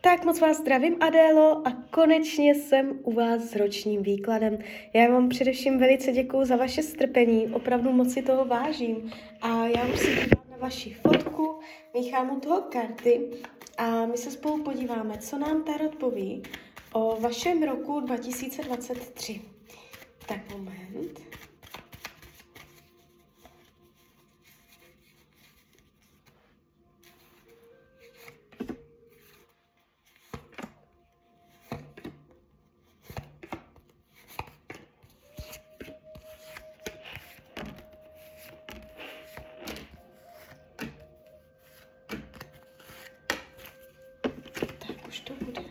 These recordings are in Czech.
Tak moc vás zdravím, Adélo, a konečně jsem u vás s ročním výkladem. Já vám především velice děkuju za vaše strpení, opravdu moc si toho vážím. A já už si dívám na vaši fotku, míchám u toho karty a my se spolu podíváme, co nám Tarot poví o vašem roku 2023. Tak moment. Už to bude.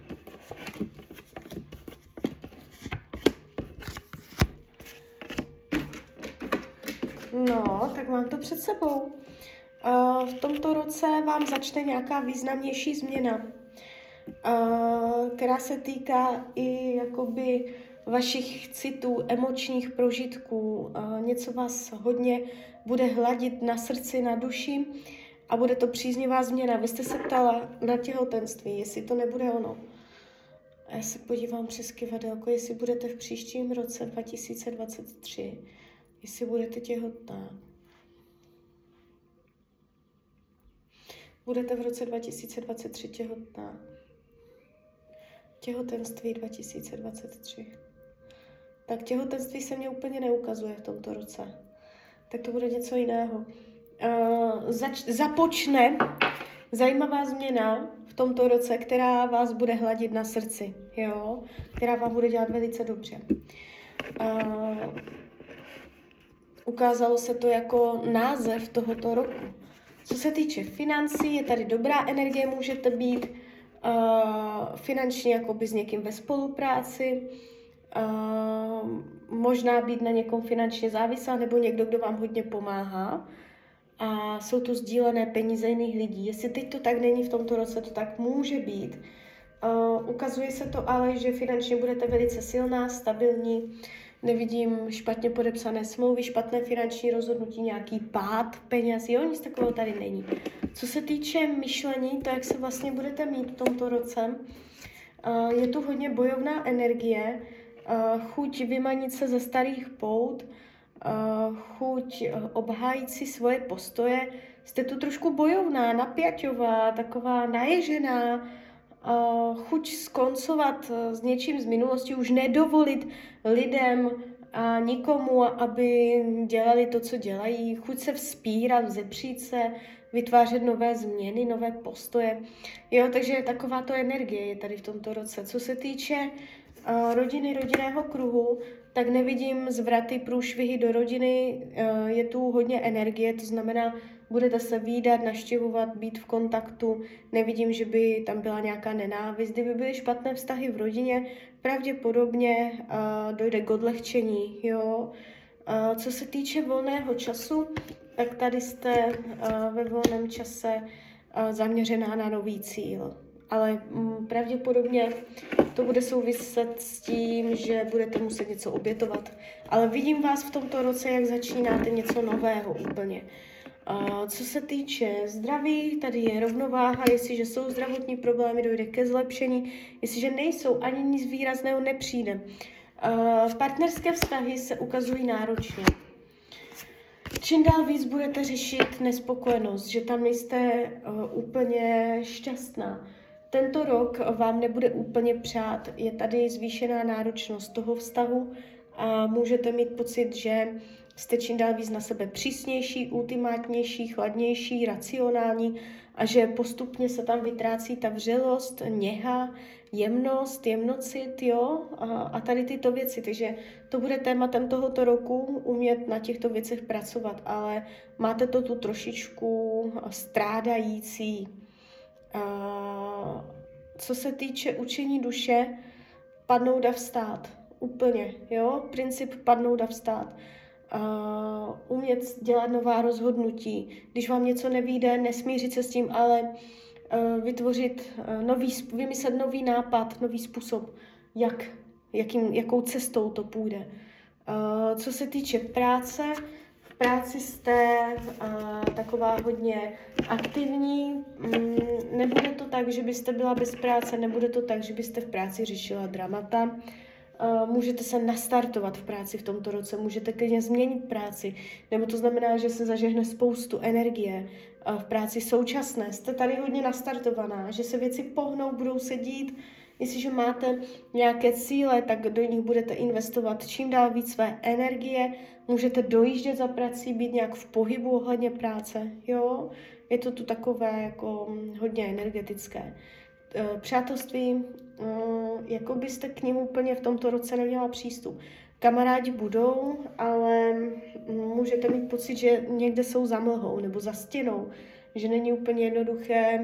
No, tak mám to před sebou. V tomto roce vám začne nějaká významnější změna, která se týká i jakoby vašich citů, emočních prožitků. Něco vás hodně bude hladit na srdci, na duši a bude to příznivá změna. Vy jste se ptala na těhotenství, jestli to nebude ono. A já se podívám přes kyvadelko, jestli budete v příštím roce 2023, jestli budete těhotná. Budete v roce 2023 těhotná. Těhotenství 2023. Tak těhotenství se mně úplně neukazuje v tomto roce. Tak to bude něco jiného. Započne zajímavá změna v tomto roce, která vás bude hladit na srdci, jo? Která vám bude dělat velice dobře. Ukázalo se to jako název tohoto roku. Co se týče financí, je tady dobrá energie, můžete být finančně jakoby s někým ve spolupráci, možná být na někom finančně závislá, nebo někdo, kdo vám hodně pomáhá. A jsou tu sdílené peníze jiných lidí. Jestli teď to tak není v tomto roce, to tak může být. Ukazuje se to ale, že finančně budete velice silná, stabilní. Nevidím špatně podepsané smlouvy, špatné finanční rozhodnutí, nějaký pád peněz, jo, nic takového tady není. Co se týče myšlení, to, jak se vlastně budete mít v tomto roce, je tu hodně bojovná energie, chuť vymanit se ze starých pout, chuť obhájit si svoje postoje. Jste tu trošku bojovná, napjaťová, taková naježená, chuť skoncovat s něčím z minulosti, už nedovolit lidem a nikomu, aby dělali to, co dělají, chuť se vzpírat, vzepřít se, vytvářet nové změny, nové postoje. Jo, takže takováto energie je tady v tomto roce. Co se týče rodiny, rodinného kruhu, tak nevidím zvraty, průšvihy do rodiny, je tu hodně energie, to znamená, budete se vídat, navštěvovat, být v kontaktu, nevidím, že by tam byla nějaká nenávist. Kdyby byly špatné vztahy v rodině, pravděpodobně dojde k odlehčení, jo. Co se týče volného času, tak tady jste ve volném čase zaměřená na nový cíl. Ale pravděpodobně to bude souviset s tím, že budete muset něco obětovat. Ale vidím vás v tomto roce, jak začínáte něco nového úplně. Co se týče zdraví, tady je rovnováha, jestliže jsou zdravotní problémy, dojde ke zlepšení, jestliže nejsou, ani nic výrazného nepřijde. Partnerské vztahy se ukazují náročně. Čím dál víc budete řešit nespokojenost, že tam nejste úplně šťastná. Tento rok vám nebude úplně přát, je tady zvýšená náročnost toho vztahu a můžete mít pocit, že jste čím dál víc na sebe přísnější, ultimátnější, chladnější, racionální a že postupně se tam vytrácí ta vřelost, něha, jemnost, jemnocit, jo, a tady tyto věci. Takže to bude tématem tohoto roku, umět na těchto věcech pracovat, ale máte to tu trošičku strádající. Co se týče učení duše, padnout a vstát. Úplně, jo, princip padnout a vstát. Umět dělat nová rozhodnutí. Když vám něco nevyjde, nesmířit se s tím, ale vymyslet nový nápad, nový způsob, jakou cestou to půjde. Co se týče práce, v práci jste taková hodně aktivní. Nebude to tak, že byste byla bez práce, nebude to tak, že byste v práci řešila dramata. Můžete se nastartovat v práci v tomto roce, můžete klidně změnit práci, nebo to znamená, že se zažehne spoustu energie v práci současné. Jste tady hodně nastartovaná, že se věci pohnou, budou se dít. Jestliže máte nějaké cíle, tak do nich budete investovat čím dál víc své energie, můžete dojíždět za prací, být nějak v pohybu ohledně práce, jo? Je to tu takové jako hodně energetické. Přátelství, jako byste k nim úplně v tomto roce neměla přístup. Kamarádi budou, ale můžete mít pocit, že někde jsou za mlhou nebo za stěnou, že není úplně jednoduché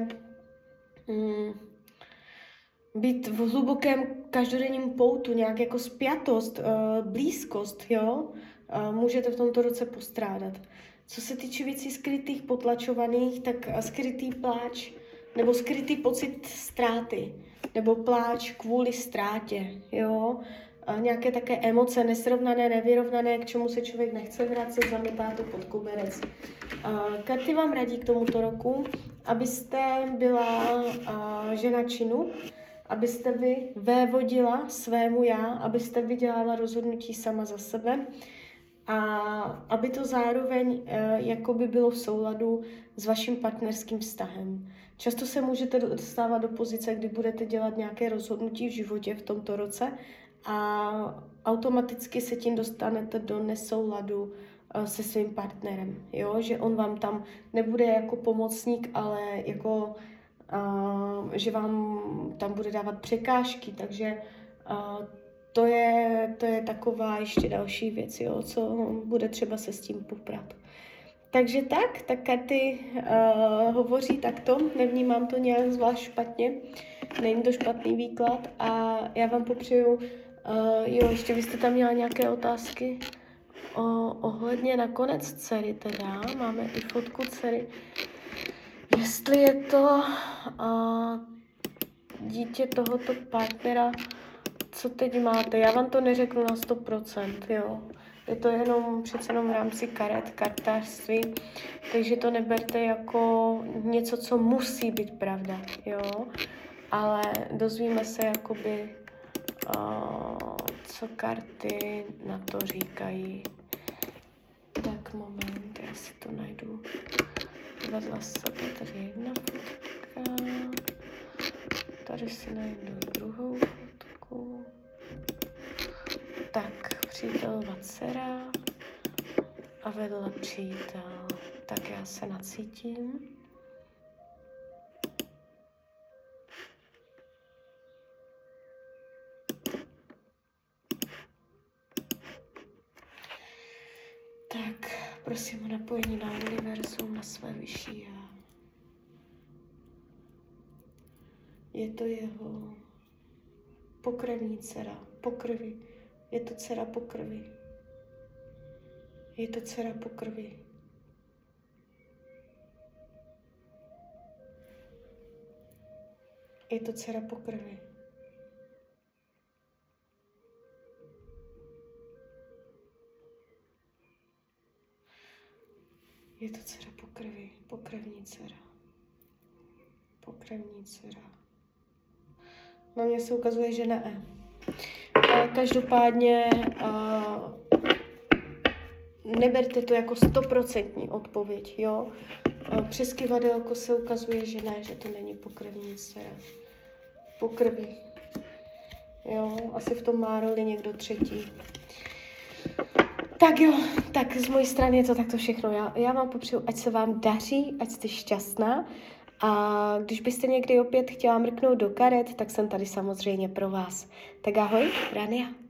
být v hlubokém každodenním poutu, nějak jako spjatost, blízkost, jo? Můžete v tomto roce postrádat. Co se týče věcí skrytých, potlačovaných, tak skrytý pláč, nebo skrytý pocit ztráty, nebo pláč kvůli ztrátě, jo? Nějaké také emoce nesrovnané, nevyrovnané, k čemu se člověk nechce vracet, zametá to pod koberec. Karty vám radí k tomuto roku, abyste byla žena činu, abyste vy vévodila svému já, abyste vydělala rozhodnutí sama za sebe a aby to zároveň jakoby bylo v souladu s vaším partnerským vztahem. Často se můžete dostávat do pozice, kdy budete dělat nějaké rozhodnutí v životě v tomto roce a automaticky se tím dostanete do nesouladu se svým partnerem, jo? Že on vám tam nebude jako pomocník, ale jako že vám tam bude dávat překážky, takže to je taková ještě další věc, jo, co bude třeba se s tím poprat. Takže tak karty hovoří takto, nevnímám to nějak zvlášť špatně, není to špatný výklad a já vám popřeju, ještě vy jste tam měla nějaké otázky ohledně nakonec dcery teda, máme i fotku dcery. Jestli je to dítě tohoto partnera, co teď máte, já vám to neřeknu na 100%, jo. Je to přece jenom v rámci kartářství, takže to neberte jako něco, co musí být pravda, jo. Ale dozvíme se jakoby, co karty na to říkají. Tak moment, já si to najdu. Vedle sebe tady jedna fotka, tady si najdu druhou fotku. Tak, přítelova dcera a vedle přítel. Tak já se nacítím. Tak, prosím o napojení na univerzum, na své vyšší já. Je to jeho pokrevní dcera, po krvi. Je to dcera po krvi. Je to dcera po krvi. Je to dcera po krvi. Je to dcera po krvi, pokrevní dcera. Pokrevní dcera. Na mě se ukazuje, že ne. Každopádně neberte to jako 100% odpověď, jo. Přes kyvadelko se ukazuje, že ne, že to není pokrevní dcera. Po krvi. Jo, asi v tom má roli někdo třetí. Tak jo, tak z mojí strany je to takto všechno. Já vám popřeju, ať se vám daří, ať jste šťastná. A když byste někdy opět chtěla mrknout do karet, tak jsem tady samozřejmě pro vás. Tak ahoj, Rania.